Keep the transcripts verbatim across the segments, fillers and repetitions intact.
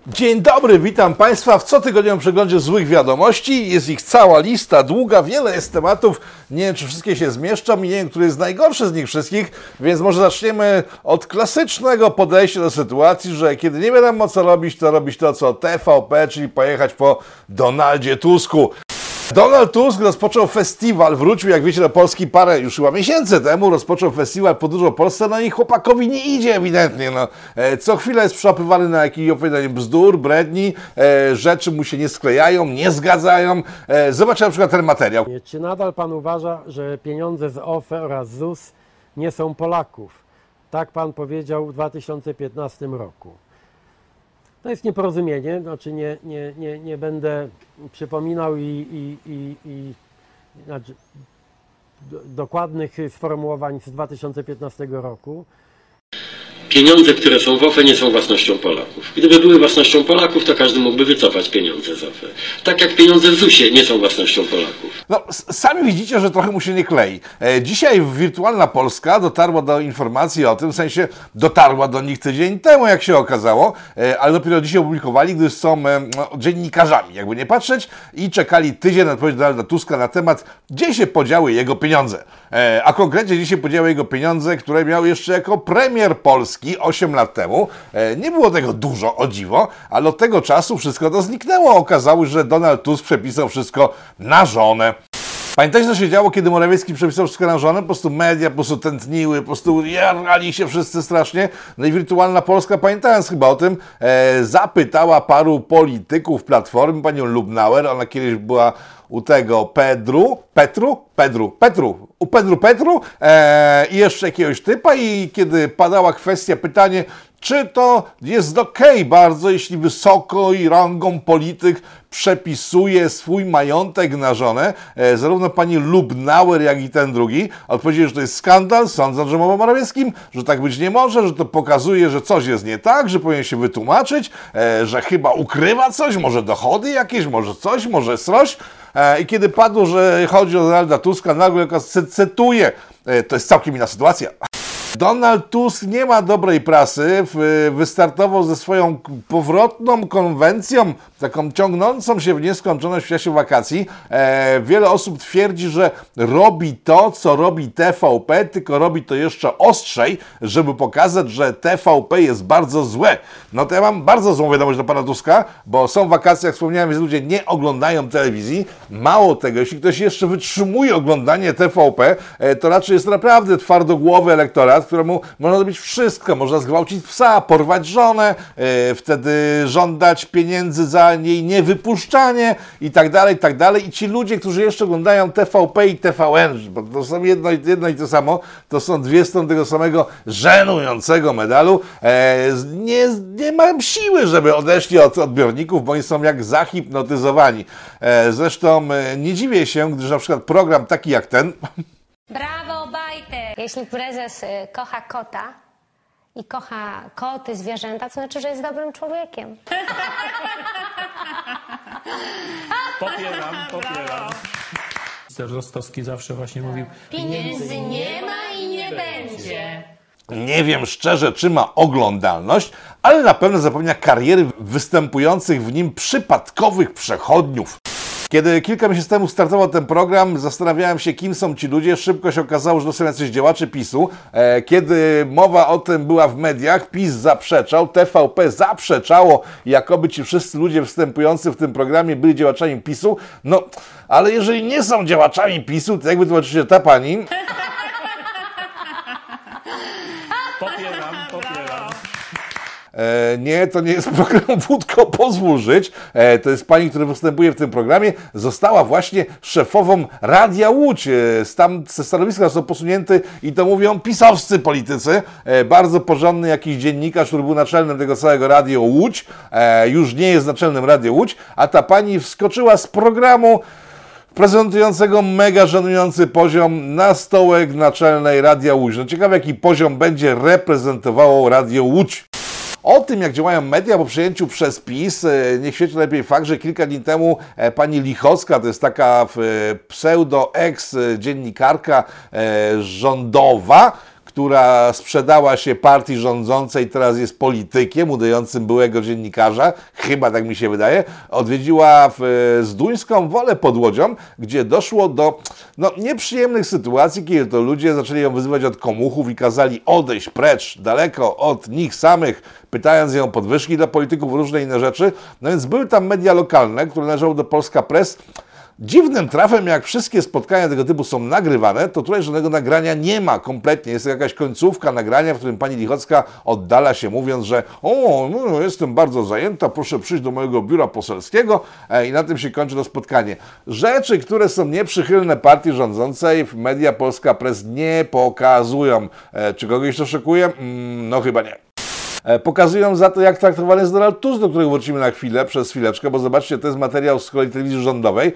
Dzień dobry, witam Państwa w cotygodniowym przeglądzie złych wiadomości. Jest ich cała lista, długa, wiele jest tematów. Nie wiem, czy wszystkie się zmieszczą i nie wiem, który jest najgorszy z nich wszystkich, więc może zaczniemy od klasycznego podejścia do sytuacji, że kiedy nie wiadomo co robić, to robić to, co T V P, czyli pojechać po Donaldzie Tusku. Donald Tusk rozpoczął festiwal, wrócił, jak wiecie, do Polski parę już chyba miesięcy temu, rozpoczął festiwal Podróż po Polsce, no i chłopakowi nie idzie ewidentnie, no. Co chwilę jest przyłapywany na jakieś opowiadanie bzdur, bredni, rzeczy mu się nie sklejają, nie zgadzają. Zobaczcie na przykład ten materiał. Czy nadal Pan uważa, że pieniądze z O F E oraz Z U S nie są Polaków? Tak Pan powiedział w dwa tysiące piętnastym roku. To jest nieporozumienie, znaczy nie, nie, nie, nie będę przypominał i, i, i, i znaczy, do, dokładnych sformułowań z dwa tysiące piętnastego roku. Pieniądze, które są w O F E, nie są własnością Polaków. Gdyby były własnością Polaków, to każdy mógłby wycofać pieniądze z O F E. Tak jak pieniądze w Z U S ie nie są własnością Polaków. No, sami widzicie, że trochę mu się nie klei. E, dzisiaj Wirtualna Polska dotarła do informacji o tym, w sensie dotarła do nich tydzień temu, jak się okazało, e, ale dopiero dzisiaj opublikowali, gdyż są e, no, dziennikarzami, jakby nie patrzeć, i czekali tydzień na odpowiedź Donalda Tuska na temat, gdzie się podziały jego pieniądze. E, a konkretnie gdzie się podziały jego pieniądze, które miał jeszcze jako premier Polski osiem lat temu. E, nie było tego dużo, o dziwo, ale od tego czasu wszystko to zniknęło. Okazało się, że Donald Tusk przepisał wszystko na żonę. Pamiętajcie, co się działo, kiedy Morawiecki przepisał wszystko na żonę? Po prostu media po prostu tętniły, po prostu jarali się wszyscy strasznie. No i Wirtualna Polska, pamiętając chyba o tym, e, zapytała paru polityków Platformy, panią Lubnauer, ona kiedyś była u tego Pedru, Petru, Pedru, Petru, u Pedru Petru e, i jeszcze jakiegoś typa, i kiedy padała kwestia, pytanie, czy to jest okej bardzo, jeśli wysoko i rangą polityk przepisuje swój majątek na żonę, e, zarówno pani Lubnauer, jak i ten drugi odpowiedzieli, że to jest skandal, sądząc, że mowa o Morawieckim, że tak być nie może, że to pokazuje, że coś jest nie tak, że powinien się wytłumaczyć, e, że chyba ukrywa coś, może dochody jakieś, może coś, może coś. E, I kiedy padło, że chodzi o Donalda Tuska, nagle cytuję, e, to jest całkiem inna sytuacja. Donald Tusk nie ma dobrej prasy, wystartował ze swoją powrotną konwencją, taką ciągnącą się w nieskończoność w czasie wakacji. E, wiele osób twierdzi, że robi to, co robi T V P, tylko robi to jeszcze ostrzej, żeby pokazać, że T V P jest bardzo złe. No to ja mam bardzo złą wiadomość do pana Tuska, bo są wakacje, jak wspomniałem, więc ludzie nie oglądają telewizji. Mało tego, jeśli ktoś jeszcze wytrzymuje oglądanie T V P, e, to raczej jest naprawdę twardogłowy elektorat, któremu można zrobić wszystko. Można zgwałcić psa, porwać żonę, yy, wtedy żądać pieniędzy za jej niewypuszczanie i tak dalej, i tak dalej. I ci ludzie, którzy jeszcze oglądają T V P i T V N, bo to są jedno, jedno i to samo, to są dwie strony tego samego żenującego medalu, yy, nie, nie mają siły, żeby odeszli od odbiorników, bo oni są jak zahipnotyzowani. Yy, zresztą yy, nie dziwię się, gdyż na przykład program taki jak ten... Brawo, Bajter! Jeśli prezes y, kocha kota i kocha koty, zwierzęta, to znaczy, że jest dobrym człowiekiem. Popieram, popieram. Minister Rostowski zawsze właśnie mówił: Pieniędzy nie ma i nie będzie. Nie wiem szczerze, czy ma oglądalność, ale na pewno zapewnia kariery występujących w nim przypadkowych przechodniów. Kiedy kilka miesięcy temu startował ten program, zastanawiałem się, kim są ci ludzie. Szybko się okazało, że to są jacyś działacze PiSu. Kiedy mowa o tym była w mediach, PiS zaprzeczał, T V P zaprzeczało, jakoby ci wszyscy ludzie występujący w tym programie byli działaczami PiSu. No, ale jeżeli nie są działaczami PiSu, to jakby tłumaczycie ta pani... popieram, popieram. E, nie, to nie jest program Wódko, pozwól żyć. E, to jest pani, która występuje w tym programie. Została właśnie szefową Radia Łódź. E, tam ze stanowiska są posunięty i to mówią pisowscy politycy. E, bardzo porządny jakiś dziennikarz, który był naczelnym tego całego Radio Łódź. E, już nie jest naczelnym Radio Łódź, a ta pani wskoczyła z programu prezentującego mega żenujący poziom na stołek naczelnej Radia Łódź. No ciekawe, jaki poziom będzie reprezentowało Radio Łódź. O tym, jak działają media po przejęciu przez PiS, niech świeci lepiej fakt, że kilka dni temu pani Lichocka, to jest taka pseudo-ex-dziennikarka rządowa, która sprzedała się partii rządzącej, teraz jest politykiem udającym byłego dziennikarza, chyba tak mi się wydaje, odwiedziła w Zduńską Wolę pod Łodzią, gdzie doszło do no, nieprzyjemnych sytuacji, kiedy to ludzie zaczęli ją wyzywać od komuchów i kazali odejść precz, daleko od nich samych, pytając ją o podwyżki dla polityków, różne inne rzeczy. No więc były tam media lokalne, które należały do Polska Press. Dziwnym trafem, jak wszystkie spotkania tego typu są nagrywane, to tutaj żadnego nagrania nie ma kompletnie. Jest jakaś końcówka nagrania, w którym pani Lichocka oddala się, mówiąc, że o, no, jestem bardzo zajęta, proszę przyjść do mojego biura poselskiego i na tym się kończy to spotkanie. Rzeczy, które są nieprzychylne partii rządzącej, media Polska Press nie pokazują. Czy kogoś to szokuje? Mm, no chyba nie. Pokazują za to, jak traktowany jest Donald Tusk, do którego wrócimy na chwilę, przez chwileczkę, bo zobaczcie, to jest materiał z kolei telewizji rządowej,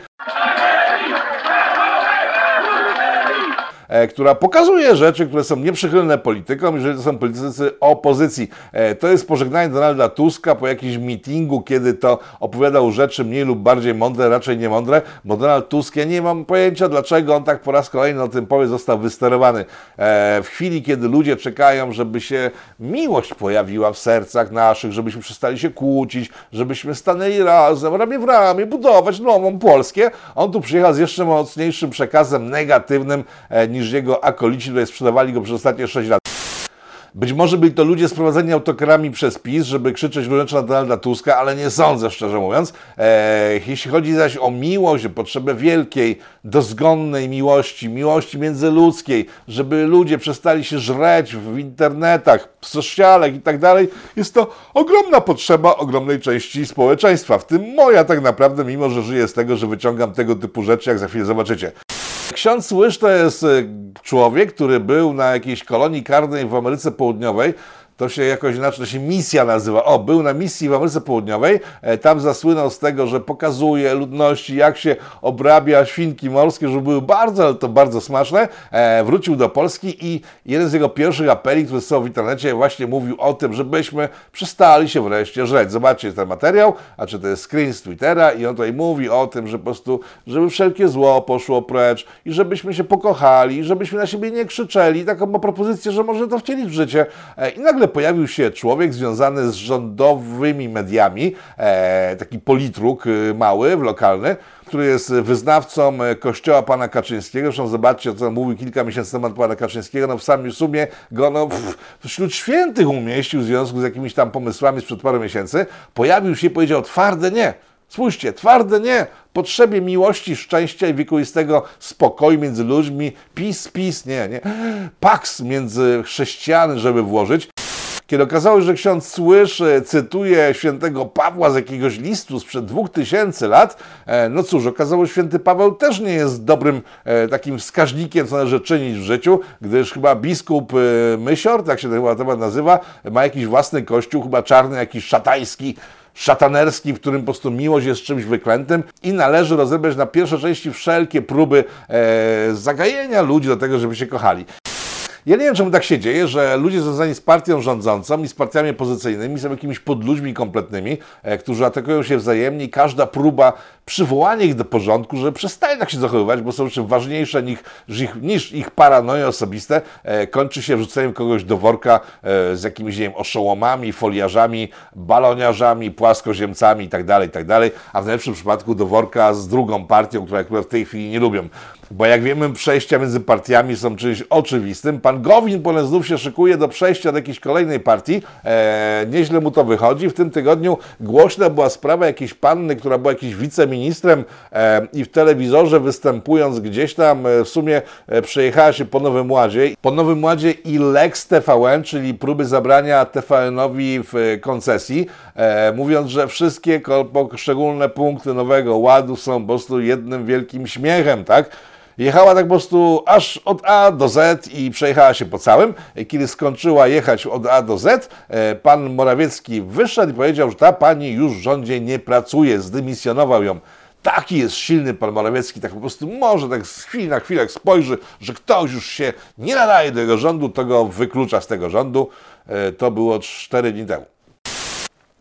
która pokazuje rzeczy, które są nieprzychylne politykom, jeżeli to są politycy opozycji. To jest pożegnanie Donalda Tuska po jakimś meetingu, kiedy to opowiadał rzeczy mniej lub bardziej mądre, raczej niemądre, bo Donald Tusk, ja nie mam pojęcia, dlaczego on tak po raz kolejny o tym powie, został wysterowany. W chwili, kiedy ludzie czekają, żeby się miłość pojawiła w sercach naszych, żebyśmy przestali się kłócić, żebyśmy stanęli razem, ramię w ramię, budować nową Polskę, on tu przyjechał z jeszcze mocniejszym przekazem negatywnym niż jego akolici, które sprzedawali go przez ostatnie sześć lat. Być może byli to ludzie sprowadzeni autokarami przez PiS, żeby krzyczeć rzeczy na Donalda Tuska, ale nie sądzę, szczerze mówiąc. Eee, jeśli chodzi zaś o miłość, o potrzebę wielkiej, dozgonnej miłości, miłości międzyludzkiej, żeby ludzie przestali się żreć w internetach, w socialach i tak dalej, jest to ogromna potrzeba ogromnej części społeczeństwa. W tym moja tak naprawdę, mimo że żyję z tego, że wyciągam tego typu rzeczy, jak za chwilę zobaczycie. Ksiądz Łysz to jest człowiek, który był na jakiejś kolonii karnej w Ameryce Południowej. To się jakoś inaczej, to się misja nazywa. O, był na misji w Ameryce Południowej. Tam zasłynął z tego, że pokazuje ludności, jak się obrabia świnki morskie, że były bardzo, ale to bardzo smaczne. Wrócił do Polski i jeden z jego pierwszych apeli, który są w internecie, właśnie mówił o tym, żebyśmy przestali się wreszcie żreć. Zobaczcie ten materiał, a czy to jest screen z Twittera i on tutaj mówi o tym, że po prostu, żeby wszelkie zło poszło precz i żebyśmy się pokochali, i żebyśmy na siebie nie krzyczeli. Taką ma propozycję, że może to wcielić w życie. I nagle pojawił się człowiek związany z rządowymi mediami, e, taki politruk mały, lokalny, który jest wyznawcą kościoła pana Kaczyńskiego. Zresztą zobaczcie, co mówił kilka miesięcy temu pana Kaczyńskiego. No w samym sumie go no, w, wśród świętych umieścił w związku z jakimiś tam pomysłami sprzed paru miesięcy. Pojawił się i powiedział twarde nie. Spójrzcie, twarde nie, potrzebie miłości, szczęścia i wiekuistego spokoju między ludźmi, peace, peace, nie, nie, paks między chrześcijan, żeby włożyć. Kiedy okazało się, że ksiądz Łysz cytuje świętego Pawła z jakiegoś listu sprzed dwóch tysięcy lat, no cóż, okazało się, że święty Paweł też nie jest dobrym takim wskaźnikiem, co należy czynić w życiu, gdyż chyba biskup Mysior, tak się ten chyba temat nazywa, ma jakiś własny kościół, chyba czarny, jakiś szatański, szatanerski, w którym po prostu miłość jest czymś wyklętym i należy rozebrać na pierwszej części wszelkie próby e, zagajenia ludzi do tego, żeby się kochali. Ja nie wiem, czemu tak się dzieje, że ludzie związani z partią rządzącą i z partiami opozycyjnymi są jakimiś podludźmi kompletnymi, e, którzy atakują się wzajemnie i każda próba przywołania ich do porządku, że przestają tak się zachowywać, bo są rzeczy ważniejsze niż ich, niż ich paranoje osobiste, e, kończy się wrzuceniem kogoś do worka e, z jakimiś, nie wiem, oszołomami, foliarzami, baloniarzami, płaskoziemcami itd., itd., a w najlepszym przypadku do worka z drugą partią, którą akurat w tej chwili nie lubią. Bo jak wiemy, przejścia między partiami są czymś oczywistym. Pan Gowin potem znów się szykuje do przejścia do jakiejś kolejnej partii. E, nieźle mu to wychodzi. W tym tygodniu głośna była sprawa jakiejś panny, która była jakimś wiceministrem e, i w telewizorze występując gdzieś tam e, w sumie e, przejechała się po Nowym Ładzie. Po Nowym Ładzie i Lex T V N, czyli próby zabrania T V N-owi w e, koncesji, e, mówiąc, że wszystkie poszczególne punkty Nowego Ładu są po prostu jednym wielkim śmiechem, tak? Jechała tak po prostu aż od A do Z i przejechała się po całym. Kiedy skończyła jechać od A do Z, pan Morawiecki wyszedł i powiedział, że ta pani już w rządzie nie pracuje, zdymisjonował ją. Taki jest silny pan Morawiecki, tak po prostu może tak z chwili na chwilę jak spojrzy, że ktoś już się nie nadaje do jego rządu, to go wyklucza z tego rządu. To było cztery dni temu.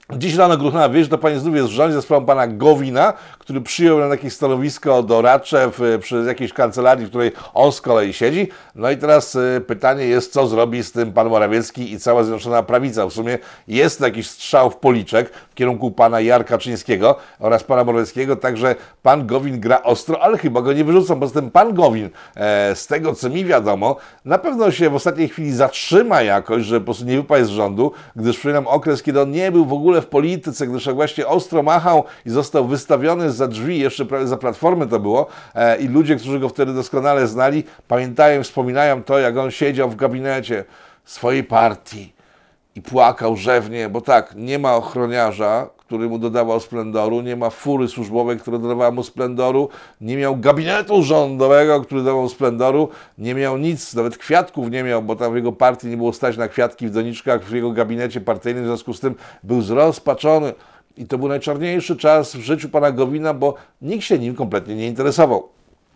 Dziś rano gruchnęła wieść, to pani znów jest w rządzie za sprawą pana Gowina, który przyjął na jakieś stanowisko doradcze w, przy jakiejś kancelarii, w której on z kolei siedzi. No i teraz y, pytanie jest, co zrobi z tym pan Morawiecki i cała Zjednoczona Prawica. W sumie jest jakiś strzał w policzek w kierunku pana Jarka Kaczyńskiego oraz pana Morawieckiego, także pan Gowin gra ostro, ale chyba go nie wyrzucą, bo z tym pan Gowin, e, z tego co mi wiadomo, na pewno się w ostatniej chwili zatrzyma jakoś, że po prostu nie wypadł z rządu, gdyż przypominam okres, kiedy on nie był w ogóle w polityce, gdyż jak właśnie ostro machał i został wystawiony za drzwi, jeszcze prawie za Platformy to było, e, i ludzie, którzy go wtedy doskonale znali, pamiętają, wspominają to, jak on siedział w gabinecie swojej partii i płakał rzewnie, bo tak, nie ma ochroniarza, który mu dodawał splendoru, nie ma fury służbowej, która dodawała mu splendoru, nie miał gabinetu rządowego, który dawał splendoru, nie miał nic, nawet kwiatków nie miał, bo tam w jego partii nie było stać na kwiatki w doniczkach w jego gabinecie partyjnym, w związku z tym był zrozpaczony. I to był najczarniejszy czas w życiu pana Gowina, bo nikt się nim kompletnie nie interesował.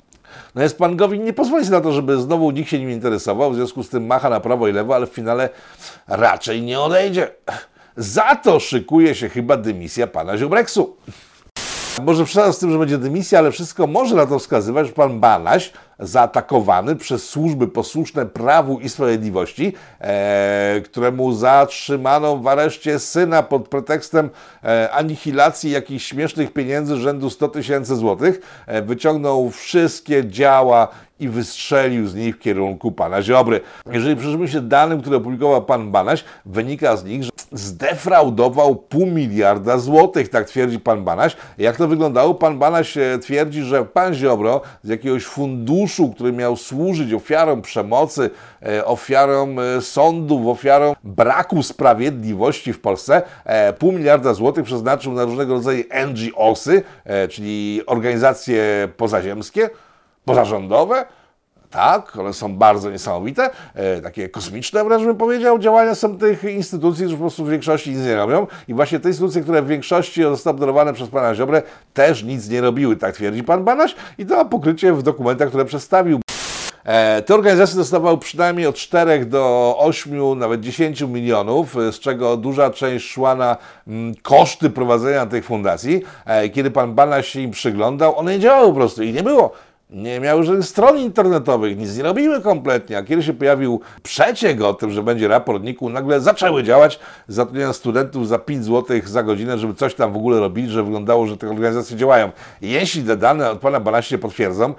No jest pan Gowin, nie pozwoli sobie na to, żeby znowu nikt się nim interesował, w związku z tym macha na prawo i lewo, ale w finale raczej nie odejdzie. Za to szykuje się chyba dymisja pana Ziobreksu. Może przesadzam z tym, że będzie dymisja, ale wszystko może na to wskazywać, że pan Banaś, zaatakowany przez służby posłuszne Prawu i Sprawiedliwości, e, któremu zatrzymano w areszcie syna pod pretekstem e, anihilacji jakichś śmiesznych pieniędzy rzędu sto tysięcy złotych, e, wyciągnął wszystkie działa i wystrzelił z nich w kierunku pana Ziobry. Jeżeli przyjrzymy się danym, które opublikował pan Banaś, wynika z nich, że zdefraudował pół miliarda złotych, tak twierdzi pan Banaś. Jak to wyglądało? Pan Banaś twierdzi, że pan Ziobro z jakiegoś funduszu, który miał służyć ofiarom przemocy, ofiarom sądów, ofiarom braku sprawiedliwości w Polsce, pół miliarda złotych przeznaczył na różnego rodzaju N G O sy, czyli organizacje pozaziemskie, pozarządowe. Tak, one są bardzo niesamowite, e, takie kosmiczne wręcz bym powiedział. Działania są tych instytucji, które po prostu w większości nic nie robią i właśnie te instytucje, które w większości zostały obdarowane przez pana Ziobrę, też nic nie robiły, tak twierdzi pan Banaś i to ma pokrycie w dokumentach, które przedstawił. E, te organizacje dostawały przynajmniej od czterech do ośmiu, nawet dziesięciu milionów, z czego duża część szła na mm, koszty prowadzenia tych fundacji. E, kiedy pan Banaś się im przyglądał, one nie działały po prostu i nie było. Nie miały żadnych stron internetowych, nic nie robiły kompletnie, a kiedy się pojawił przeciek o tym, że będzie raport N I K U, nagle zaczęły działać, zatrudniając studentów za pięć złotych za godzinę, żeby coś tam w ogóle robili, że wyglądało, że te organizacje działają. I jeśli te dane od pana Banasia się potwierdzą,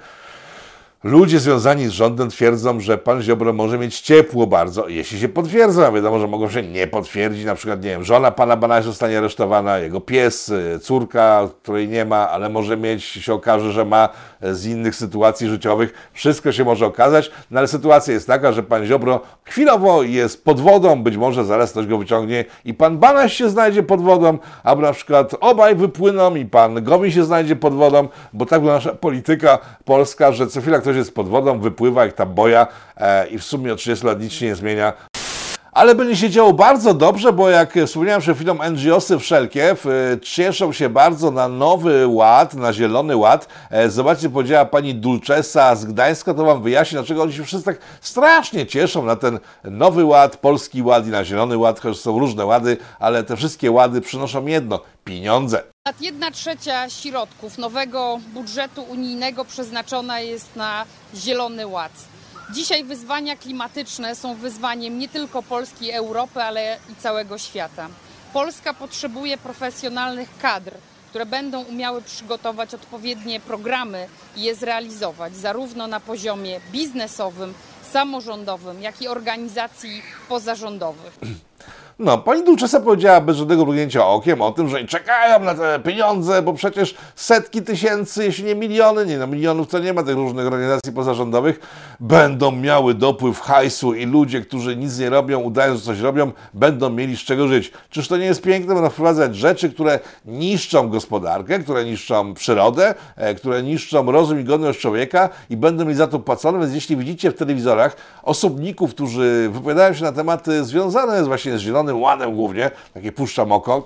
ludzie związani z rządem twierdzą, że pan Ziobro może mieć ciepło bardzo, jeśli się potwierdzą, a wiadomo, że mogą się nie potwierdzić, na przykład, nie wiem, żona pana Banasia zostanie aresztowana, jego pies, córka, której nie ma, ale może mieć, się okaże, że ma z innych sytuacji życiowych, wszystko się może okazać, no ale sytuacja jest taka, że pan Ziobro chwilowo jest pod wodą, być może zaraz ktoś go wyciągnie i pan Banaś się znajdzie pod wodą, albo na przykład obaj wypłyną i pan Gowin się znajdzie pod wodą, bo tak była nasza polityka polska, że co chwila ktoś jest pod wodą, wypływa jak ta boja e, i w sumie od trzydziestu lat nic się nie zmienia. Ale będzie się działo bardzo dobrze, bo jak wspomniałem przed chwilą, N G O sy wszelkie w, cieszą się bardzo na nowy ład, na zielony ład. E, zobaczcie, powiedziała pani Dulczesa z Gdańska, to wam wyjaśni, dlaczego oni się wszyscy tak strasznie cieszą na ten nowy ład, polski ład i na zielony ład, choć są różne łady, ale te wszystkie łady przynoszą jedno – pieniądze. Jedna trzecia środków nowego budżetu unijnego przeznaczona jest na Zielony Ład. Dzisiaj wyzwania klimatyczne są wyzwaniem nie tylko Polski i Europy, ale i całego świata. Polska potrzebuje profesjonalnych kadr, które będą umiały przygotować odpowiednie programy i je zrealizować, zarówno na poziomie biznesowym, samorządowym, jak i organizacji pozarządowych. No, pani Dulczesa powiedziała bez żadnego mrugnięcia okiem o tym, że czekają na te pieniądze, bo przecież setki tysięcy, jeśli nie miliony, nie no milionów to nie ma tych różnych organizacji pozarządowych, będą miały dopływ hajsu i ludzie, którzy nic nie robią, udają, że coś robią, będą mieli z czego żyć. Czyż to nie jest piękne, można wprowadzać rzeczy, które niszczą gospodarkę, które niszczą przyrodę, e, które niszczą rozum i godność człowieka i będą mieli za to płacone, więc jeśli widzicie w telewizorach osobników, którzy wypowiadają się na tematy związane właśnie z Zielonym Ładem głównie, takie puszczam oko,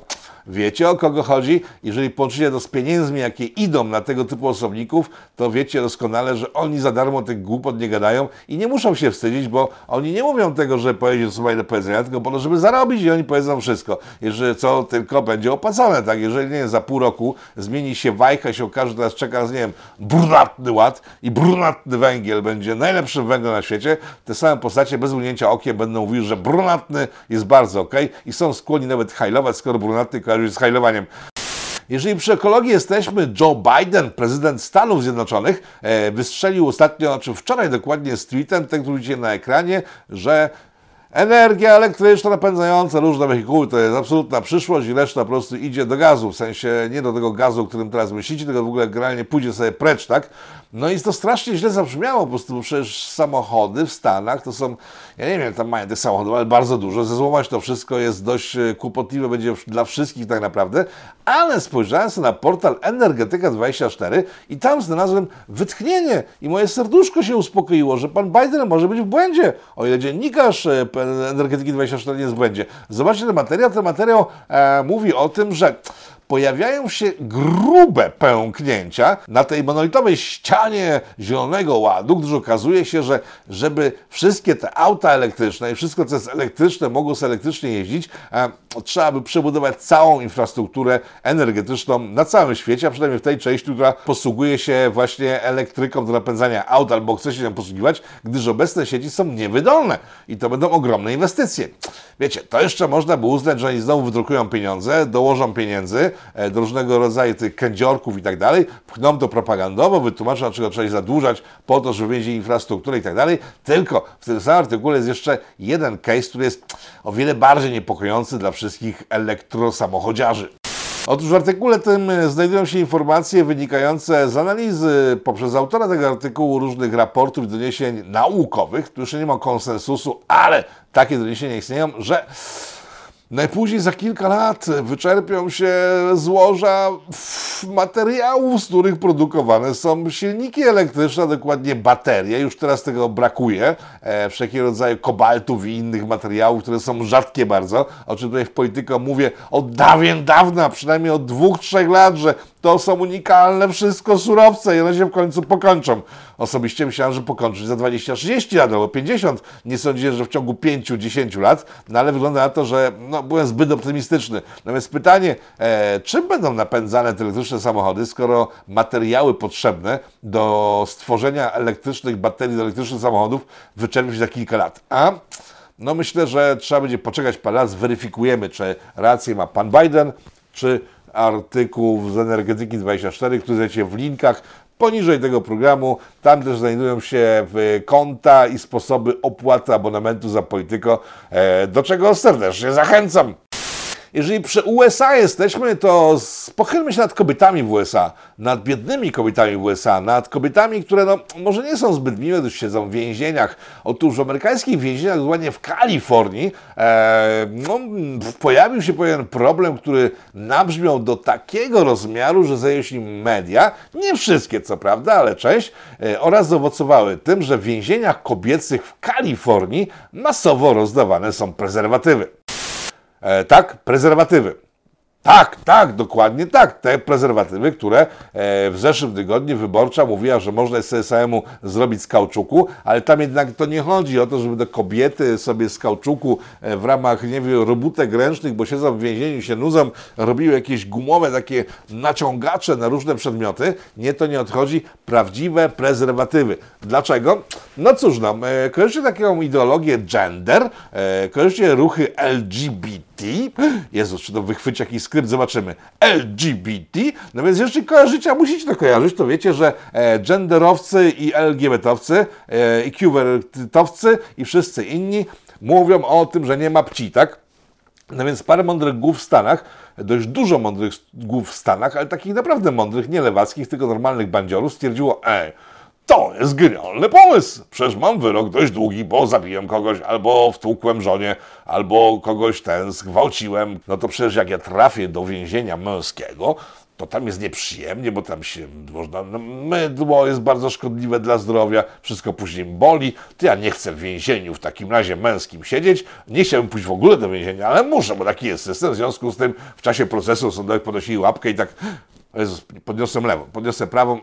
Wiecie, o kogo chodzi? Jeżeli połączycie to z pieniędzmi, jakie idą na tego typu osobników, to wiecie doskonale, że oni za darmo tych głupot nie gadają i nie muszą się wstydzić, bo oni nie mówią tego, że powiedzieć, co mają do powiedzenia, tylko po to, żeby zarobić i oni powiedzą wszystko. Jeżeli co tylko będzie opłacone, tak? Jeżeli nie, za pół roku zmieni się wajcha, się okaże, że teraz czeka nas, nie wiem, brunatny ład i brunatny węgiel będzie najlepszym węglem na świecie, te same postacie bez mrugnięcia okiem będą mówiły, że brunatny jest bardzo ok i są skłonni nawet hajlować, skoro brunatny kojarzy się z hajlowaniem. Jeżeli przy ekologii jesteśmy, Joe Biden, prezydent Stanów Zjednoczonych, wystrzelił ostatnio, czy wczoraj dokładnie z tweetem, ten, który widzicie na ekranie, że energia elektryczna napędzająca różne wehikuły to jest absolutna przyszłość i reszta po prostu idzie do gazu, w sensie nie do tego gazu, o którym teraz myślicie, tylko w ogóle generalnie pójdzie sobie precz, tak? No i to strasznie źle zabrzmiało po prostu, bo przecież samochody w Stanach to są, ja nie wiem, tam mają tych samochodów, ale bardzo dużo, zezłomować to wszystko jest dość kłopotliwe, będzie dla wszystkich tak naprawdę, ale spojrzałem sobie na portal Energetyka dwadzieścia cztery i tam znalazłem wytchnienie i moje serduszko się uspokoiło, że pan Biden może być w błędzie, o ile dziennikarz Energetyki dwadzieścia cztery nie jest w błędzie. Zobaczcie ten materiał, ten materiał e, mówi o tym, że pojawiają się grube pęknięcia na tej monolitowej ścianie Zielonego Ładu, gdyż okazuje się, że żeby wszystkie te auta elektryczne i wszystko, co jest elektryczne, mogło sobie elektrycznie jeździć, e, trzeba by przebudować całą infrastrukturę energetyczną na całym świecie, a przynajmniej w tej części, która posługuje się właśnie elektryką do napędzania aut, albo chce się nią posługiwać, gdyż obecne sieci są niewydolne i to będą ogromne inwestycje. Wiecie, to jeszcze można by uznać, że oni znowu wydrukują pieniądze, dołożą pieniędzy do różnego rodzaju tych kędziorków i tak dalej, pchną to propagandowo, wytłumaczą, dlaczego trzeba się zadłużać po to, żeby mieć infrastrukturę i tak dalej. Tylko w tym samym artykule jest jeszcze jeden case, który jest o wiele bardziej niepokojący dla wszystkich elektrosamochodziarzy. Otóż w artykule tym znajdują się informacje wynikające z analizy poprzez autora tego artykułu różnych raportów i doniesień naukowych, tu jeszcze nie ma konsensusu, ale takie doniesienia istnieją, że najpóźniej za kilka lat wyczerpią się złoża materiałów, z których produkowane są silniki elektryczne, a dokładnie baterie. Już teraz tego brakuje. E, wszelkiego rodzaju kobaltów i innych materiałów, które są rzadkie bardzo. O czym tutaj w Polityko mówię od dawien dawna, przynajmniej od dwóch, trzech lat, że to są unikalne wszystko surowce i one się w końcu pokończą. Osobiście myślałem, że pokończyć za dwadzieścia trzydzieści lat albo pięćdziesiąt. Nie sądziłem, że w ciągu pięciu dziesięciu lat, no ale wygląda na to, że no, byłem zbyt optymistyczny. Natomiast pytanie, e, czym będą napędzane te elektryczne samochody, skoro materiały potrzebne do stworzenia elektrycznych baterii do elektrycznych samochodów wyczerpią się za kilka lat? A no myślę, że trzeba będzie poczekać parę lat, zweryfikujemy, czy rację ma pan Biden, czy artykuł z Energetyki dwadzieścia cztery, który znajdziecie w linkach poniżej tego programu. Tam też znajdują się konta i sposoby opłaty abonamentu za Polityko, do czego serdecznie zachęcam. Jeżeli przy U S A jesteśmy, to pochylmy się nad kobietami w U S A, nad biednymi kobietami w U S A, nad kobietami, które no, może nie są zbyt miłe, gdyż siedzą w więzieniach. Otóż w amerykańskich więzieniach, dokładnie w Kalifornii, e, no, pojawił się pewien problem, który nabrzmiał do takiego rozmiaru, że zajęły się nim media, nie wszystkie co prawda, ale część, e, oraz zaowocowały tym, że w więzieniach kobiecych w Kalifornii masowo rozdawane są prezerwatywy. E, tak, prezerwatywy. Tak, tak, dokładnie tak. Te prezerwatywy, które e, w zeszłym tygodniu Wyborcza mówiła, że można sobie samemu zrobić z kauczuku, ale tam jednak to nie chodzi o to, żeby do kobiety sobie z kauczuku e, w ramach, nie wiem, robótek ręcznych, bo siedzą w więzieniu, się nudzą, robiły jakieś gumowe takie naciągacze na różne przedmioty. Nie, to nie odchodzi. Prawdziwe prezerwatywy. Dlaczego? No cóż, no, e, kojarzycie taką ideologię gender, e, kojarzycie ruchy L G B T. Jezus, czy to wychwyci jakiś skrypt, zobaczymy. L G B T. No więc jeżeli kojarzycie, a musicie to kojarzyć, to wiecie, że e, genderowcy i L G B T owcy e, i Q-wertowcy i wszyscy inni mówią o tym, że nie ma płci, tak? No więc parę mądrych głów w Stanach, dość dużo mądrych głów w Stanach, ale takich naprawdę mądrych, nie lewackich, tylko normalnych bandziorów, stwierdziło, ej, To jest genialny pomysł. Przecież mam wyrok dość długi, bo zabiłem kogoś, albo wtłukłem żonie, albo kogoś ten zgwałciłem. No to przecież jak ja trafię do więzienia męskiego, to tam jest nieprzyjemnie, bo tam się można, no, mydło jest bardzo szkodliwe dla zdrowia, wszystko później boli. To ja nie chcę w więzieniu w takim razie męskim siedzieć. Nie chciałbym pójść w ogóle do więzienia, ale muszę, bo taki jest system. W związku z tym w czasie procesu sądowych podnosili łapkę i tak, o Jezus, podniosłem lewą, podniosę prawą.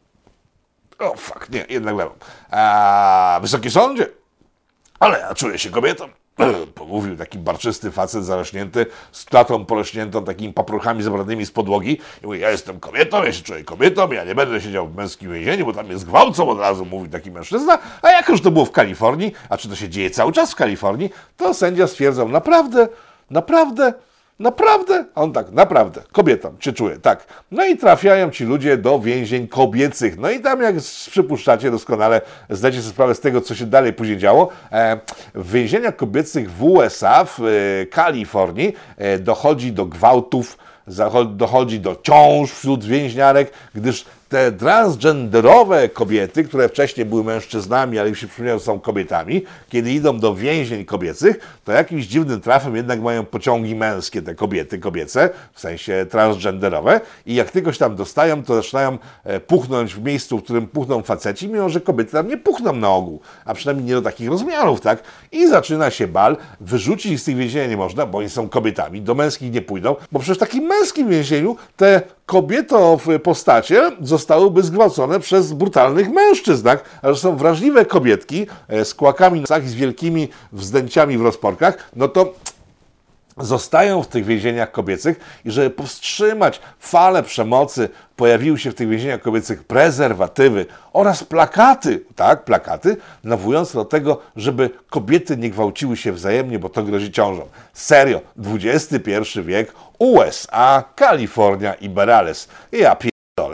O, fuck, nie, jednak lewą. A, Wysoki Sądzie, ale ja czuję się kobietą. Pomówił taki barczysty facet zarośnięty, z klatą porośniętą takimi papruchami zebranymi z podłogi. I mówi, ja jestem kobietą, ja się czuję kobietą, ja nie będę siedział w męskim więzieniu, bo tam jest gwałcą, od razu mówi taki mężczyzna. A jak już to było w Kalifornii, a czy to się dzieje cały czas w Kalifornii, to sędzia stwierdzał, naprawdę, naprawdę, naprawdę? A on tak, naprawdę, kobietą się czuje, tak. No i trafiają ci ludzie do więzień kobiecych. No i tam, jak przypuszczacie doskonale, zdajecie sobie sprawę z tego, co się dalej później działo, e, w więzieniach kobiecych w U S A, w e, Kalifornii, e, dochodzi do gwałtów, dochodzi do ciąż wśród więźniarek, gdyż te transgenderowe kobiety, które wcześniej były mężczyznami, ale im się przypomniało, są kobietami, kiedy idą do więzień kobiecych, to jakimś dziwnym trafem jednak mają pociągi męskie, te kobiety kobiece, w sensie transgenderowe, i jak tylko się tam dostają, to zaczynają puchnąć w miejscu, w którym puchną faceci, mimo że kobiety tam nie puchną na ogół, a przynajmniej nie do takich rozmiarów, tak? I zaczyna się bal, wyrzucić ich z tych więzienia nie można, bo oni są kobietami, do męskich nie pójdą, bo przecież w takim męskim więzieniu te kobieto postacie zostałyby zgwałcone przez brutalnych mężczyzn, tak? A że są wrażliwe kobietki z kłakami na nosach i z wielkimi wzdęciami w rozporkach, no to zostają w tych więzieniach kobiecych i żeby powstrzymać falę przemocy, pojawiły się w tych więzieniach kobiecych prezerwatywy oraz plakaty, tak, plakaty, nawołujące do tego, żeby kobiety nie gwałciły się wzajemnie, bo to grozi ciążą. Serio, dwudziesty pierwszy wiek, U S A, Kalifornia i Berales. Ja pierdolę.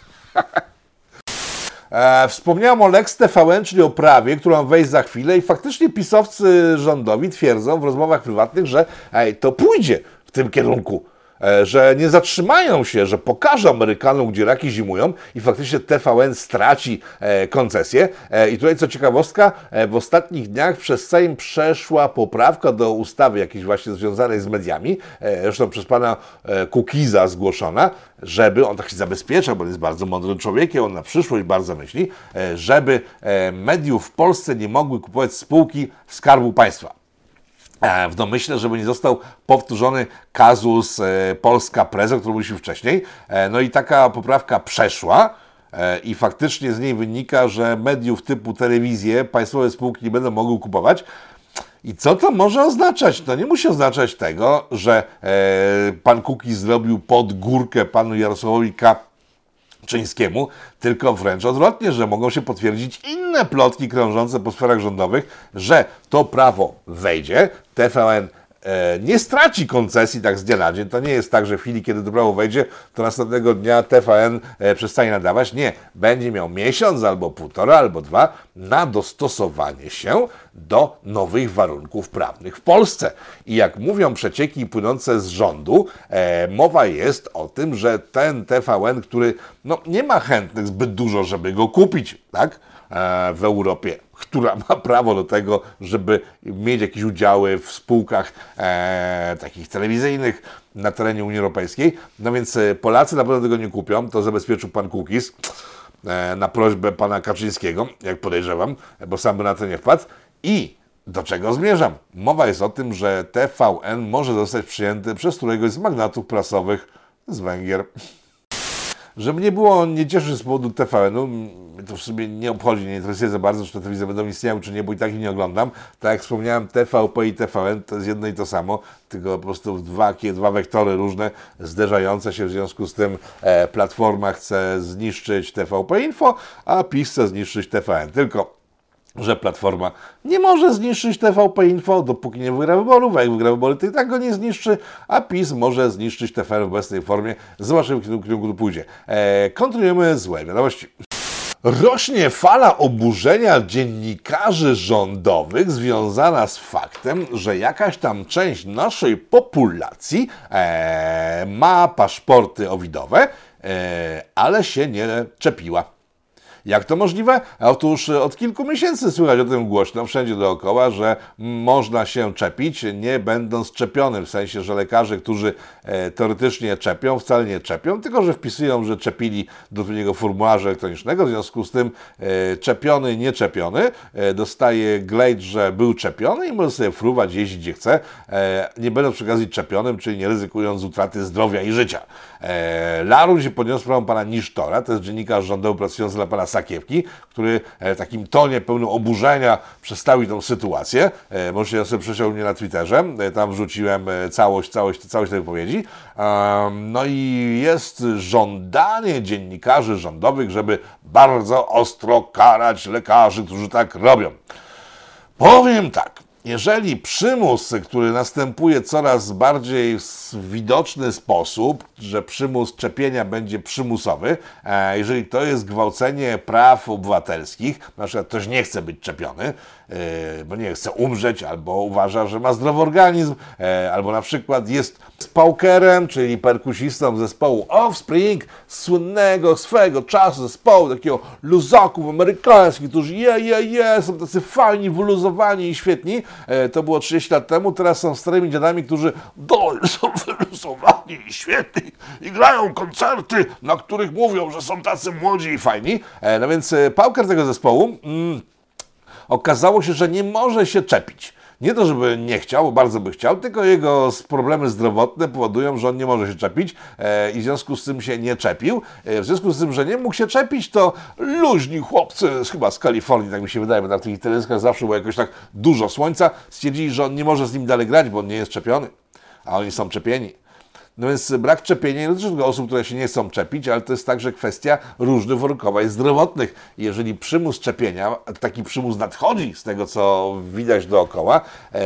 E, wspomniałem o Lex T V N, czyli o prawie, którą mam wejść za chwilę, i faktycznie pisowcy rządowi twierdzą w rozmowach prywatnych, że ej, to pójdzie w tym kierunku, e, że nie zatrzymają się, że pokażą Amerykanom, gdzie raki zimują, i faktycznie T V N straci e, koncesję. E, I tutaj co ciekawostka, e, w ostatnich dniach przez Sejm przeszła poprawka do ustawy jakiejś właśnie związanej z mediami, e, zresztą przez pana e, Kukiza zgłoszona, żeby, on tak się zabezpiecza, bo on jest bardzo mądrym człowiekiem, on na przyszłość bardzo myśli, e, żeby e, mediów w Polsce nie mogły kupować spółki Skarbu Państwa. W domyśle, żeby nie został powtórzony kazus e, Polska Press, o którym mówiliśmy wcześniej. E, no i taka poprawka przeszła e, i faktycznie z niej wynika, że mediów typu telewizje państwowe spółki nie będą mogły kupować. I co to może oznaczać? To nie musi oznaczać tego, że e, pan Kukiz zrobił pod górkę panu Jarosławowi Kaczyńskiemu, tylko wręcz odwrotnie, że mogą się potwierdzić inne plotki krążące po sferach rządowych, że to prawo wejdzie, T V N e, nie straci koncesji tak z dnia na dzień. To nie jest tak, że w chwili, kiedy to prawo wejdzie, to następnego dnia T V N e, przestanie nadawać. Nie, będzie miał miesiąc albo półtora, albo dwa na dostosowanie się do nowych warunków prawnych w Polsce. I jak mówią przecieki płynące z rządu, e, mowa jest o tym, że ten T V N, który no, nie ma chętnych zbyt dużo, żeby go kupić, tak, e, w Europie, która ma prawo do tego, żeby mieć jakieś udziały w spółkach e, takich telewizyjnych na terenie Unii Europejskiej. No więc Polacy na pewno tego nie kupią, to zabezpieczył pan Kukiz e, na prośbę pana Kaczyńskiego, jak podejrzewam, bo sam by na to nie wpadł. I do czego zmierzam? Mowa jest o tym, że T V N może zostać przyjęty przez któregoś z magnatów prasowych z Węgier. Żeby nie było, nie cieszy z powodu T V N-u, to w sumie nie obchodzi, nie interesuje za bardzo, czy te telewizje będą istniały, czy nie, bo i tak ich nie oglądam. Tak jak wspomniałem, T V P i T V N to jest jedno i to samo, tylko po prostu dwa, dwa wektory różne, zderzające się, w związku z tym e, Platforma chce zniszczyć T V P Info, a PiS chce zniszczyć T V N. Tylko że Platforma nie może zniszczyć T V P Info, dopóki nie wygra wyborów, a jak wygra wybory, to i tak go nie zniszczy, a PiS może zniszczyć T V N w obecnej formie. Zobaczymy, w którym kierunku to pójdzie. Eee, kontynuujemy złe wiadomości. Rośnie fala oburzenia dziennikarzy rządowych związana z faktem, że jakaś tam część naszej populacji e, ma paszporty owidowe, e, ale się nie czepiła. Jak to możliwe? Otóż od kilku miesięcy słychać o tym głośno, wszędzie dookoła, że można się czepić, nie będąc czepionym, w sensie, że lekarze, którzy e, teoretycznie czepią, wcale nie czepią, tylko że wpisują, że czepili do odpowiedniego formularza elektronicznego, w związku z tym e, czepiony, nieczepiony e, dostaje glejt, że był czepiony i może sobie fruwać, jeździć gdzie chce, e, nie będąc przy okazji czepionym, czyli nie ryzykując utraty zdrowia i życia. E, Laruń się podniósł sprawą pana Nisztora, to jest dziennikarz rządowy pracujący dla pana Sakiewki, który w takim tonie pełnym oburzenia przedstawił tą sytuację. E, możecie sobie przeczytać u mnie na Twitterze, e, tam wrzuciłem całość, całość, całość tej wypowiedzi. E, no i jest żądanie dziennikarzy rządowych, żeby bardzo ostro karać lekarzy, którzy tak robią. Powiem tak. Jeżeli przymus, który następuje coraz bardziej w widoczny sposób, że przymus czepienia będzie przymusowy, jeżeli to jest gwałcenie praw obywatelskich, na przykład ktoś nie chce być czepiony, bo nie chce umrzeć, albo uważa, że ma zdrowy organizm, albo na przykład jest paukerem, czyli perkusistą zespołu Offspring, słynnego swego czasu zespołu, takiego luzaków amerykańskich, którzy je, je, je, są tacy fajni, wyluzowani i świetni. To było trzydzieści lat temu, teraz są starymi dziadami, którzy dalej są wyluzowani i świetni i grają koncerty, na których mówią, że są tacy młodzi i fajni. No więc pauker tego zespołu mm, okazało się, że nie może się czepić. Nie to, żeby nie chciał, bo bardzo by chciał, tylko jego problemy zdrowotne powodują, że on nie może się czepić e, i w związku z tym się nie czepił. E, w związku z tym, że nie mógł się czepić, to luźni chłopcy, chyba z Kalifornii, tak mi się wydaje, bo na tych teleskach zawsze było jakoś tak dużo słońca, stwierdzili, że on nie może z nim dalej grać, bo on nie jest czepiony, a oni są czepieni. No więc brak czepienia nie dotyczy tylko osób, które się nie chcą czepić, ale to jest także kwestia różnych uwarunkowań zdrowotnych. Jeżeli przymus czepienia, taki przymus nadchodzi z tego, co widać dookoła,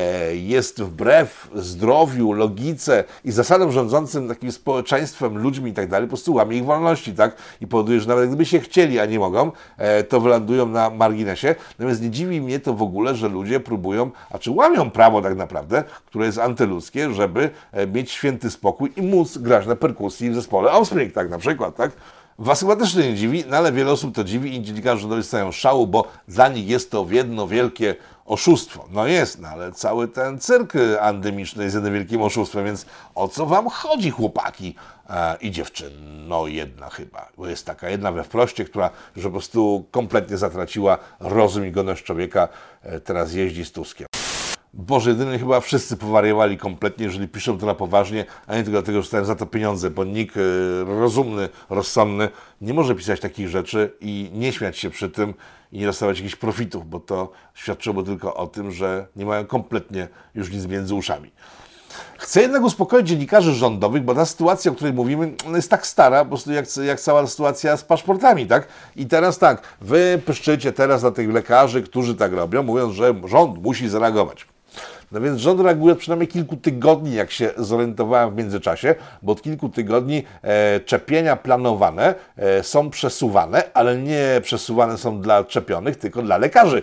jest wbrew zdrowiu, logice i zasadom rządzącym takim społeczeństwem, ludźmi i tak dalej, po prostu łamie ich wolności, tak? I powoduje, że nawet gdyby się chcieli, a nie mogą, to wylądują na marginesie. Natomiast nie dziwi mnie to w ogóle, że ludzie próbują, a czy łamią prawo tak naprawdę, które jest antyludzkie, żeby mieć święty spokój i móc grać na perkusji w zespole Offspring, tak na przykład, tak? Was chyba też to nie dziwi, no ale wiele osób to dziwi i dziennikarze rządowi stają szału, bo dla nich jest to jedno wielkie oszustwo. No jest, no ale cały ten cyrk endemiczny jest jednym wielkim oszustwem, więc o co wam chodzi, chłopaki e, i dziewczyny? No jedna chyba, bo jest taka jedna we wproście, która już po prostu kompletnie zatraciła rozum i godność człowieka, e, teraz jeździ z Tuskiem. Boże, jedynie chyba wszyscy powariowali kompletnie, jeżeli piszą to na poważnie, a nie tylko dlatego, że dostają za to pieniądze, bo nikt rozumny, rozsądny nie może pisać takich rzeczy i nie śmiać się przy tym i nie dostawać jakichś profitów, bo to świadczyło tylko o tym, że nie mają kompletnie już nic między uszami. Chcę jednak uspokoić dziennikarzy rządowych, bo ta sytuacja, o której mówimy, jest tak stara, po prostu jak, jak cała sytuacja z paszportami, tak? I teraz tak, wy pyszczycie teraz na tych lekarzy, którzy tak robią, mówiąc, że rząd musi zareagować. No więc rząd reaguje od przynajmniej kilku tygodni, jak się zorientowałem w międzyczasie, bo od kilku tygodni e, czepienia planowane e, są przesuwane, ale nie przesuwane są dla czepionych, tylko dla lekarzy.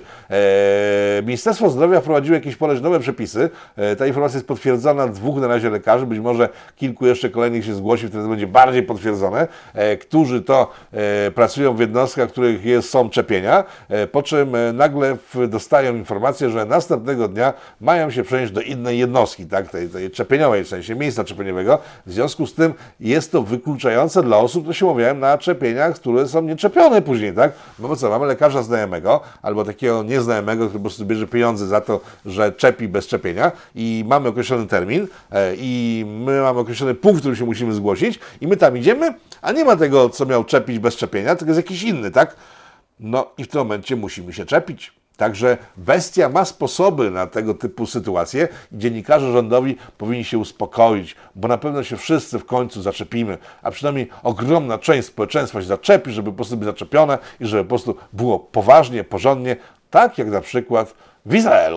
E, Ministerstwo Zdrowia wprowadziło jakieś ponoć nowe przepisy. E, ta informacja jest potwierdzona dwóch na razie lekarzy, być może kilku jeszcze kolejnych się zgłosi, wtedy będzie bardziej potwierdzone, e, którzy to e, pracują w jednostkach, w których jest, są czepienia, e, po czym e, nagle w, dostają informację, że następnego dnia mają się przenieść do innej jednostki, tak, tej, tej czepieniowej, w sensie miejsca czepieniowego. W związku z tym jest to wykluczające dla osób, które się umawiają na czepieniach, które są nieczepione później, tak? No bo co, mamy lekarza znajomego, albo takiego nieznajomego, który po prostu bierze pieniądze za to, że czepi bez czepienia i mamy określony termin e, i my mamy określony punkt, w którym się musimy zgłosić i my tam idziemy, a nie ma tego, co miał czepić bez czepienia, tylko jest jakiś inny, tak? No i w tym momencie musimy się czepić. Także bestia ma sposoby na tego typu sytuacje i dziennikarze rządowi powinni się uspokoić, bo na pewno się wszyscy w końcu zaczepimy, a przynajmniej ogromna część społeczeństwa się zaczepi, żeby po prostu być zaczepione i żeby po prostu było poważnie, porządnie, tak jak na przykład w Izraelu.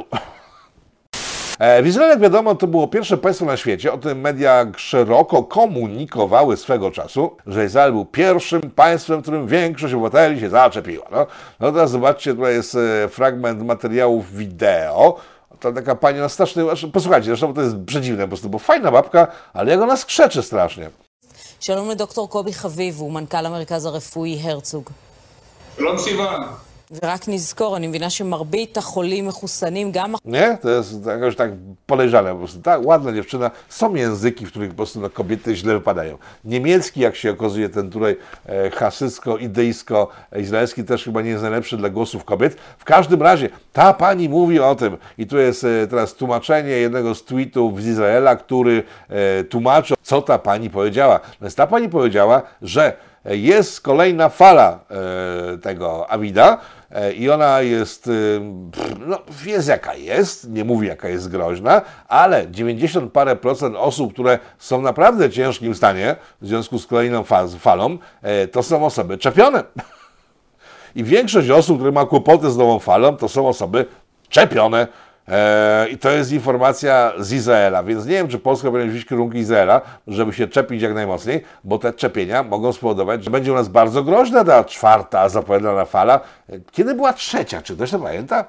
W Izraelu, jak wiadomo, to było pierwsze państwo na świecie, o tym media szeroko komunikowały swego czasu, że Izrael był pierwszym państwem, w którym większość obywateli się zaczepiła. No, no teraz zobaczcie, tutaj jest fragment materiałów wideo. To taka pani na straszny... Posłuchajcie, zresztą to jest przedziwne po prostu, bo fajna babka, ale jak ona skrzeczy strasznie. שלום לדוקטור קובי חביב, הוא מנכ"ל המרכז הרפואי הרצוג. שלום סיוון. ורק נזכור, אני מבינה שמרבית החולים מחוסנים גם... Nie? To jest jakoś tak podejrzane po prostu. Tak, ładna dziewczyna. Są języki, w których po prostu no, kobiety źle wypadają. Niemiecki, jak się okazuje, ten tutaj e, hasycko-idejsko-izraelski też chyba nie jest najlepszy dla głosów kobiet. W każdym razie, ta pani mówi o tym i tu jest e, teraz tłumaczenie jednego z tweetów z Izraela, który e, tłumaczy, co ta pani powiedziała. Więc ta pani powiedziała, że jest kolejna fala e, tego Avida e, i ona jest, e, no jest jaka jest, nie mówi jaka jest groźna, ale dziewięćdziesiąt parę procent osób, które są naprawdę w ciężkim stanie w związku z kolejną faz, falą, e, to są osoby czepione. I większość osób, które ma kłopoty z nową falą, to są osoby czepione. Eee, I to jest informacja z Izraela, więc nie wiem, czy Polska powinna wziąć kierunki Izraela, żeby się czepić jak najmocniej, bo te czepienia mogą spowodować, że będzie u nas bardzo groźna ta czwarta zapowiadana fala. Kiedy była trzecia? Czy ktoś to pamięta?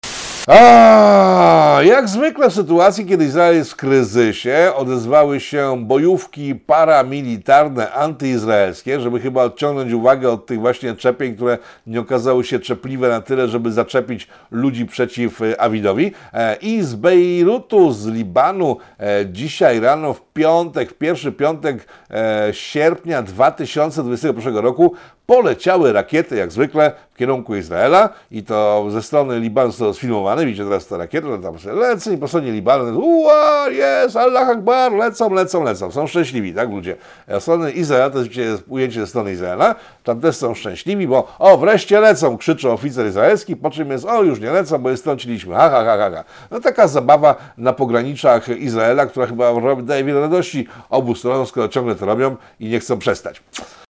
A, jak zwykle w sytuacji, kiedy Izrael jest w kryzysie, odezwały się bojówki paramilitarne, antyizraelskie, żeby chyba odciągnąć uwagę od tych właśnie czepień, które nie okazały się czepliwe na tyle, żeby zaczepić ludzi przeciw Avidowi. I z Bejrutu, z Libanu, dzisiaj rano w piątek, w pierwszy piątek sierpnia dwa tysiące dwudziestego pierwszego roku poleciały rakiety, jak zwykle, w kierunku Izraela i to ze strony Libanu zostało sfilmowane. Widzicie teraz te rakiety, one tam sobie lecą i po stronie Libanu uła, jest, Allah Akbar, lecą, lecą, lecą. Są szczęśliwi, tak ludzie. A strony Izraela, to jest ujęcie ze strony Izraela, tam też są szczęśliwi, bo o, wreszcie lecą, krzyczy oficer izraelski, po czym jest, o, już nie lecą, bo je strąciliśmy, ha, ha, ha, ha, ha. No taka zabawa na pograniczach Izraela, która chyba daje wiele radości obu stronom, skoro ciągle to robią i nie chcą przestać.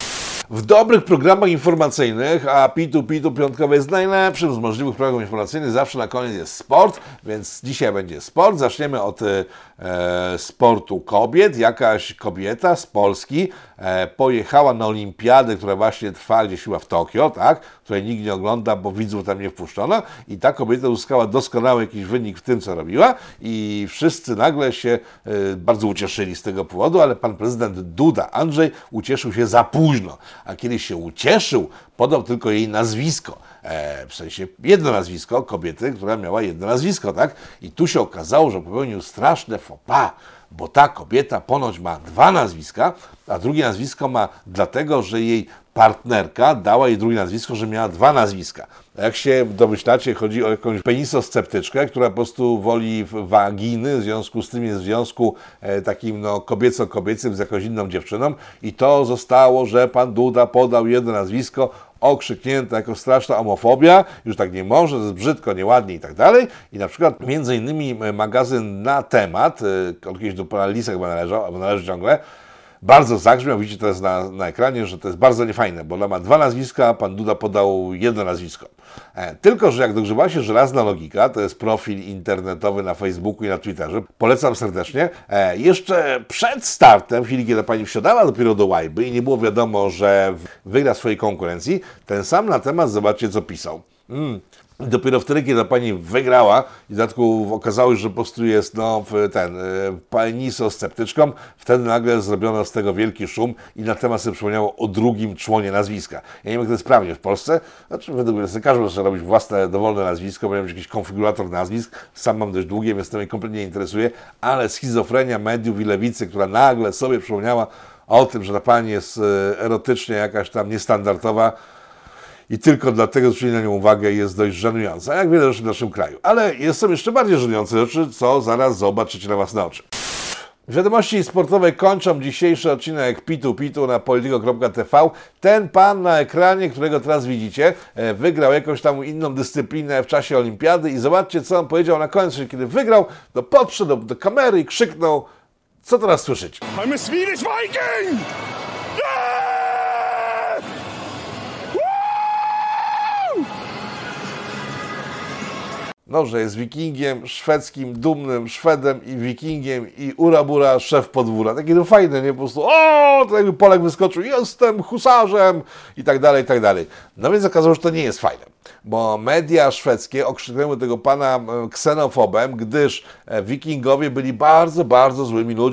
W dobrych programach informacyjnych, a P dwa P dwa piątkowy jest najlepszym z możliwych programów informacyjnych, zawsze na koniec jest sport, więc dzisiaj będzie sport. Zaczniemy od e, sportu kobiet. Jakaś kobieta z Polski e, pojechała na olimpiadę, która właśnie trwa gdzieś chyba w Tokio, tak? Której nikt nie ogląda, bo widzów tam nie wpuszczono i ta kobieta uzyskała doskonały jakiś wynik w tym, co robiła i wszyscy nagle się e, bardzo ucieszyli z tego powodu, ale pan prezydent Duda, Andrzej, ucieszył się za późno. A kiedy się ucieszył, podał tylko jej nazwisko, e, w sensie jedno nazwisko kobiety, która miała jedno nazwisko, tak? I tu się okazało, że popełnił straszne faux pas, bo ta kobieta ponoć ma dwa nazwiska, a drugie nazwisko ma dlatego, że jej partnerka dała jej drugie nazwisko, że miała dwa nazwiska. A jak się domyślacie, chodzi o jakąś penisosceptyczkę, która po prostu woli waginy, w związku z tym jest w związku e, takim no, kobieco-kobiecym z jakąś inną dziewczyną i to zostało, że pan Duda podał jedno nazwisko, okrzyknięte jako straszna homofobia, już tak nie może, to jest brzydko, nieładnie i tak dalej. I na przykład między innymi magazyn Na Temat, on kiedyś do pana Lisa chyba należał, albo należy ciągle, bardzo zagrzmiał, widzicie teraz na, na ekranie, że to jest bardzo niefajne, bo ona ma dwa nazwiska, a pan Duda podał jedno nazwisko. E, tylko, że jak dogrzewała się żelazna logika, to jest profil internetowy na Facebooku i na Twitterze, polecam serdecznie, e, jeszcze przed startem, w chwili kiedy pani wsiadała dopiero do łajby i nie było wiadomo, że wygra swojej konkurencji, ten sam Na Temat, zobaczcie co pisał. Mm. I dopiero wtedy, kiedy pani wygrała i w dodatku okazało się, że po prostu jest no, ten penisosceptyczką, wtedy nagle zrobiono z tego wielki szum i Na Temat sobie przypomniało o drugim członie nazwiska. Ja nie wiem, jak to jest prawnie w Polsce. Znaczy, według mnie każdy może robić własne, dowolne nazwisko, bo ja mam jakiś konfigurator nazwisk, sam mam dość długie, więc to mnie kompletnie nie interesuje, ale schizofrenia mediów i lewicy, która nagle sobie przypomniała o tym, że ta pani jest erotycznie jakaś tam niestandardowa, i tylko dlatego zwrócili na nią uwagę jest dość żenująca, jak wiele rzeczy w naszym kraju. Ale są jeszcze bardziej żenujące rzeczy, co zaraz zobaczycie na własne oczy. Wiadomości sportowe kończą dzisiejszy odcinek Pitu Pitu na polityko kropka t v. Ten pan na ekranie, którego teraz widzicie, wygrał jakąś tam inną dyscyplinę w czasie olimpiady i zobaczcie, co on powiedział na końcu, kiedy wygrał, to podszedł do, do kamery i krzyknął, co teraz słyszycie? I'm a Swedish Viking! No, że jest wikingiem, szwedzkim, dumnym Szwedem i wikingiem i urabura, szef podwórza. Takie to fajne, nie? Po prostu o, to jakby Polak wyskoczył, jestem husarzem i tak dalej, i tak dalej. No więc okazało się, że to nie jest fajne, bo media szwedzkie okrzyknęły tego pana ksenofobem, gdyż wikingowie byli bardzo, bardzo złymi ludźmi,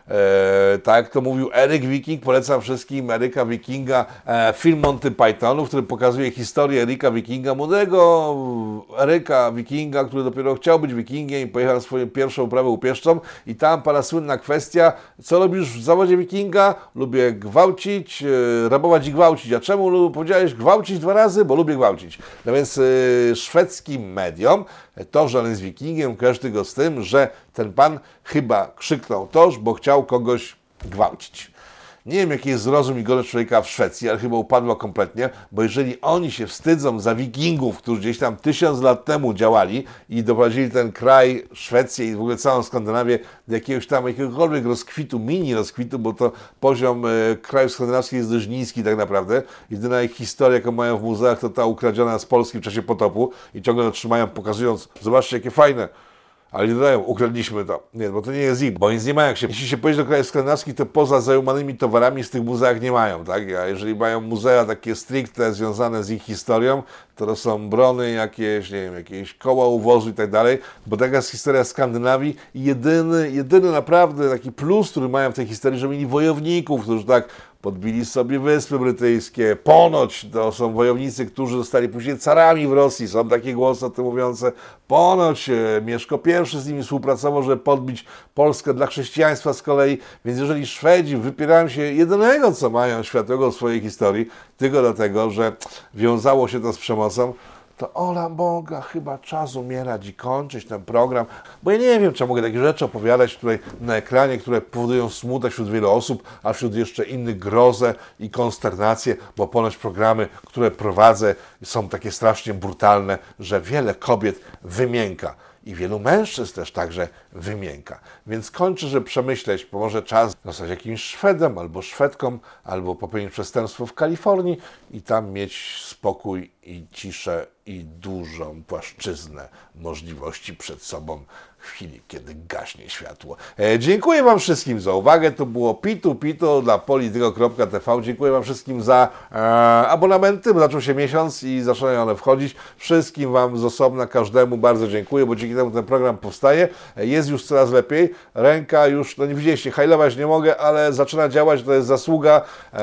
E, tak jak to mówił Eryk Wiking, polecam wszystkim Eryka Wikinga, e, film Monty Pythonu, w którym pokazuje historię Eryka Wikinga, młodego Eryka Wikinga, który dopiero chciał być wikingiem i pojechał na swoją pierwszą uprawę upieszczą i tam pada słynna kwestia, co robisz w zawodzie wikinga? Lubię gwałcić, e, rabować i gwałcić. A czemu powiedziałeś gwałcić dwa razy? Bo lubię gwałcić. No więc e, szwedzkim mediom to, że on jest wikingiem, kojarzy go z tym, że ten pan chyba krzyknął toż, bo chciał kogoś gwałcić. Nie wiem, jaki jest zrozum i gorycz człowieka w Szwecji, ale chyba upadła kompletnie, bo jeżeli oni się wstydzą za wikingów, którzy gdzieś tam tysiąc lat temu działali i doprowadzili ten kraj, Szwecję i w ogóle całą Skandynawię do jakiegoś tam jakiegokolwiek rozkwitu, mini rozkwitu, bo to poziom e, krajów skandynawskich jest dość niski tak naprawdę. Jedyna ich historia, jaką mają w muzeach, to ta ukradziona z Polski w czasie potopu i ciągle to trzymają, pokazując, zobaczcie, jakie fajne. Ale nie dodają, ukradliśmy to. Nie, bo to nie jest ich, bo nic nie mają. Jak się, jeśli się pojedzie do krajów skandynawskich, to poza zajumanymi towarami z tych muzeach nie mają, tak? A jeżeli mają muzea takie stricte związane z ich historią, to to są brony jakieś, nie wiem, jakieś koła uwozu i tak dalej, bo taka jest historia Skandynawii i jedyny, jedyny naprawdę taki plus, który mają w tej historii, że mieli wojowników, którzy tak podbili sobie Wyspy Brytyjskie. Ponoć to są wojownicy, którzy zostali później carami w Rosji. Są takie głosy o tym mówiące. Ponoć e, Mieszko I z nimi współpracował, żeby podbić Polskę dla chrześcijaństwa z kolei. Więc jeżeli Szwedzi wypierają się jedynego, co mają światowego w swojej historii, tylko dlatego, że wiązało się to z przemocą, to ola Boga, chyba czas umierać i kończyć ten program, bo ja nie wiem, czy mogę takie rzeczy opowiadać tutaj na ekranie, które powodują smutek wśród wielu osób, a wśród jeszcze innych grozę i konsternację, bo ponoć programy, które prowadzę, są takie strasznie brutalne, że wiele kobiet wymięka. I wielu mężczyzn też także wymięka. Więc kończę, że przemyśleć, bo może czas zostać jakimś Szwedem albo Szwedką, albo popełnić przestępstwo w Kalifornii i tam mieć spokój i ciszę i dużą płaszczyznę możliwości przed sobą w chwili, kiedy gaśnie światło. E, dziękuję Wam wszystkim za uwagę. To było Pitu Pitu dla polityko kropka t v. Dziękuję Wam wszystkim za e, abonamenty, bo zaczął się miesiąc i zaczynają one wchodzić. Wszystkim Wam z osobna, każdemu bardzo dziękuję, bo dzięki temu ten program powstaje. E, jest już coraz lepiej. Ręka już, no nie widzieliście, hajlować nie mogę, ale zaczyna działać. To jest zasługa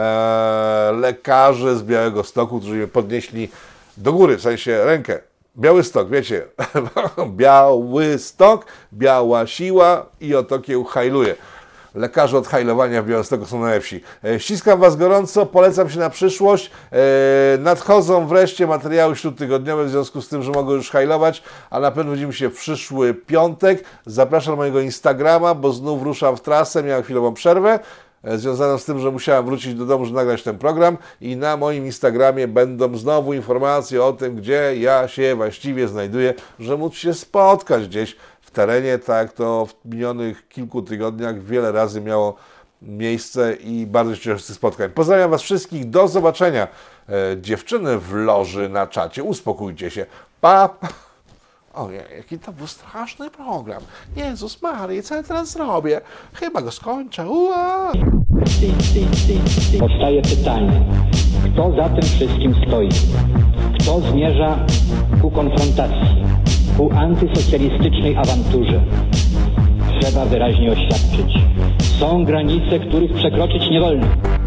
e, lekarzy z Białegostoku, którzy mnie podnieśli do góry, w sensie rękę. Białystok, wiecie, Białystok, biała siła i oto kieł hajluje. Lekarze od hajlowania w Białymstoku są najlepsi. E, ściskam Was gorąco, polecam się na przyszłość. E, nadchodzą wreszcie materiały śródtygodniowe w związku z tym, że mogę już hajlować, a na pewno widzimy się w przyszły piątek. Zapraszam na mojego Instagrama, bo znów ruszam w trasę, miałem chwilową przerwę związaną z tym, że musiałem wrócić do domu, żeby nagrać ten program i na moim Instagramie będą znowu informacje o tym, gdzie ja się właściwie znajduję, że móc się spotkać gdzieś w terenie, tak jak to w minionych kilku tygodniach wiele razy miało miejsce i bardzo się cieszę z tych spotkań. Pozdrawiam Was wszystkich, do zobaczenia. E, dziewczyny w loży na czacie, uspokójcie się. Pa! Ojej, jaki to był straszny program. Jezus Maria, co ja teraz zrobię? Chyba go skończę. Ua! Powstaje pytanie, kto za tym wszystkim stoi? Kto zmierza ku konfrontacji, ku antysocjalistycznej awanturze? Trzeba wyraźnie oświadczyć. Są granice, których przekroczyć nie wolno.